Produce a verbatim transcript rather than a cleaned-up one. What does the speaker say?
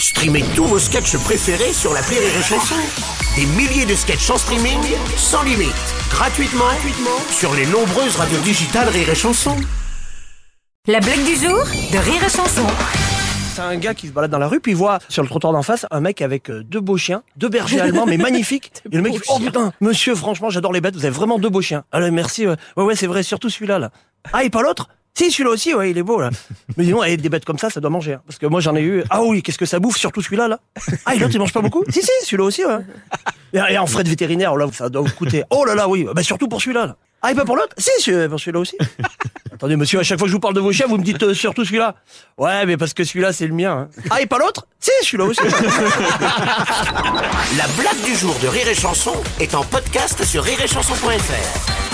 Streamez tous vos sketchs préférés sur l'appli Rire et Chanson. Des milliers de sketchs en streaming, sans limite, gratuitement, gratuitement sur les nombreuses radios digitales Rire et Chanson. La blague du jour de Rire et Chanson. C'est un gars qui se balade dans la rue, puis il voit sur le trottoir d'en face un mec avec euh, deux beaux chiens, deux bergers allemands, mais magnifiques. Et le mec il fait, oh putain, monsieur, franchement, j'adore les bêtes, vous avez vraiment deux beaux chiens. Allez, merci, ouais, ouais, ouais c'est vrai, surtout celui-là, là. Ah, et pas l'autre? Si, celui-là aussi, ouais, il est beau, là. Mais dis-moi, eh, des bêtes comme ça, ça doit manger, hein. Parce que moi, j'en ai eu. Ah oui, qu'est-ce que ça bouffe, surtout celui-là, là. Ah, et l'autre, il mange pas beaucoup? Si, si, celui-là aussi, ouais. Et, et en frais de vétérinaire, là, ça doit vous coûter. Oh là là, oui, bah surtout pour celui-là, là. Ah, et pas pour l'autre? Si, celui- pour celui-là aussi. Attendez, monsieur, à chaque fois que je vous parle de vos chiens, vous me dites euh, surtout celui-là. Ouais, mais parce que celui-là, c'est le mien, hein. Ah, et pas l'autre? Si, celui-là aussi. La blague du jour de Rire et Chanson est en podcast sur rire et chanson point f r.